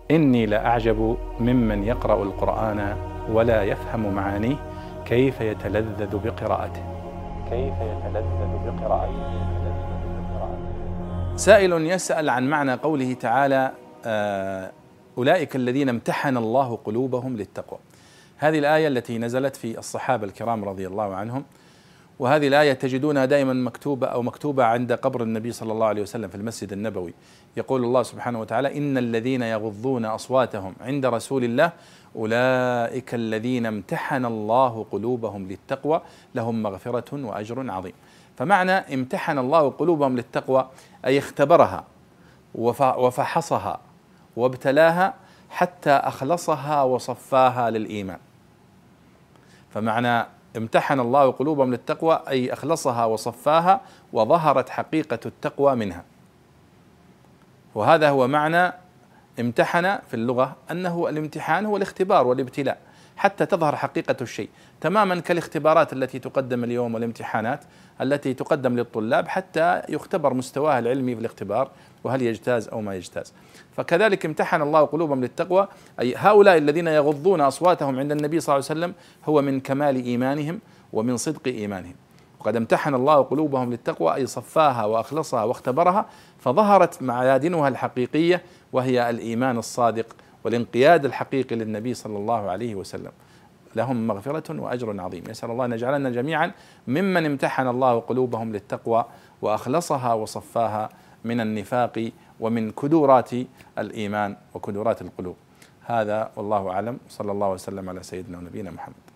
إني لأعجب ممن يقرأ القرآن ولا يفهم معانيه كيف يتلذذ بقراءته. سائل يسأل عن معنى قوله تعالى أولئك الذين امتحن الله قلوبهم للتقوى. هذه الآية التي نزلت في الصحابة الكرام رضي الله عنهم، وهذه الآية تجدونها دائما مكتوبة عند قبر النبي صلى الله عليه وسلم في المسجد النبوي. يقول الله سبحانه وتعالى: إن الذين يغضون أصواتهم عند رسول الله أولئك الذين امتحن الله قلوبهم للتقوى لهم مغفرة وأجر عظيم. فمعنى امتحن الله قلوبهم للتقوى أي اختبرها وفحصها وابتلاها حتى أخلصها وصفاها للإيمان. فمعنى امتحن الله قلوبهم للتقوى أي أخلصها وصفاها وظهرت حقيقة التقوى منها. وهذا هو معنى امتحن في اللغة، أنه الامتحان هو الاختبار والابتلاء حتى تظهر حقيقة الشيء، تماما كالاختبارات التي تقدم اليوم والامتحانات التي تقدم للطلاب حتى يختبر مستواه العلمي في الاختبار وهل يجتاز أو ما يجتاز. فكذلك امتحن الله قلوبهم للتقوى أي هؤلاء الذين يغضون أصواتهم عند النبي صلى الله عليه وسلم هو من كمال إيمانهم ومن صدق إيمانهم. وقد امتحن الله قلوبهم للتقوى أي صفاها وأخلصها واختبرها فظهرت معادنها الحقيقية وهي الإيمان الصادق والانقياد الحقيقي للنبي صلى الله عليه وسلم. لهم مغفرة وأجر عظيم. يسأل الله أن يجعلنا جميعا ممن امتحن الله قلوبهم للتقوى وأخلصها وصفاها من النفاق ومن كدورات الإيمان وكدورات القلوب. هذا والله أعلم، صلى الله وسلم على سيدنا ونبينا محمد.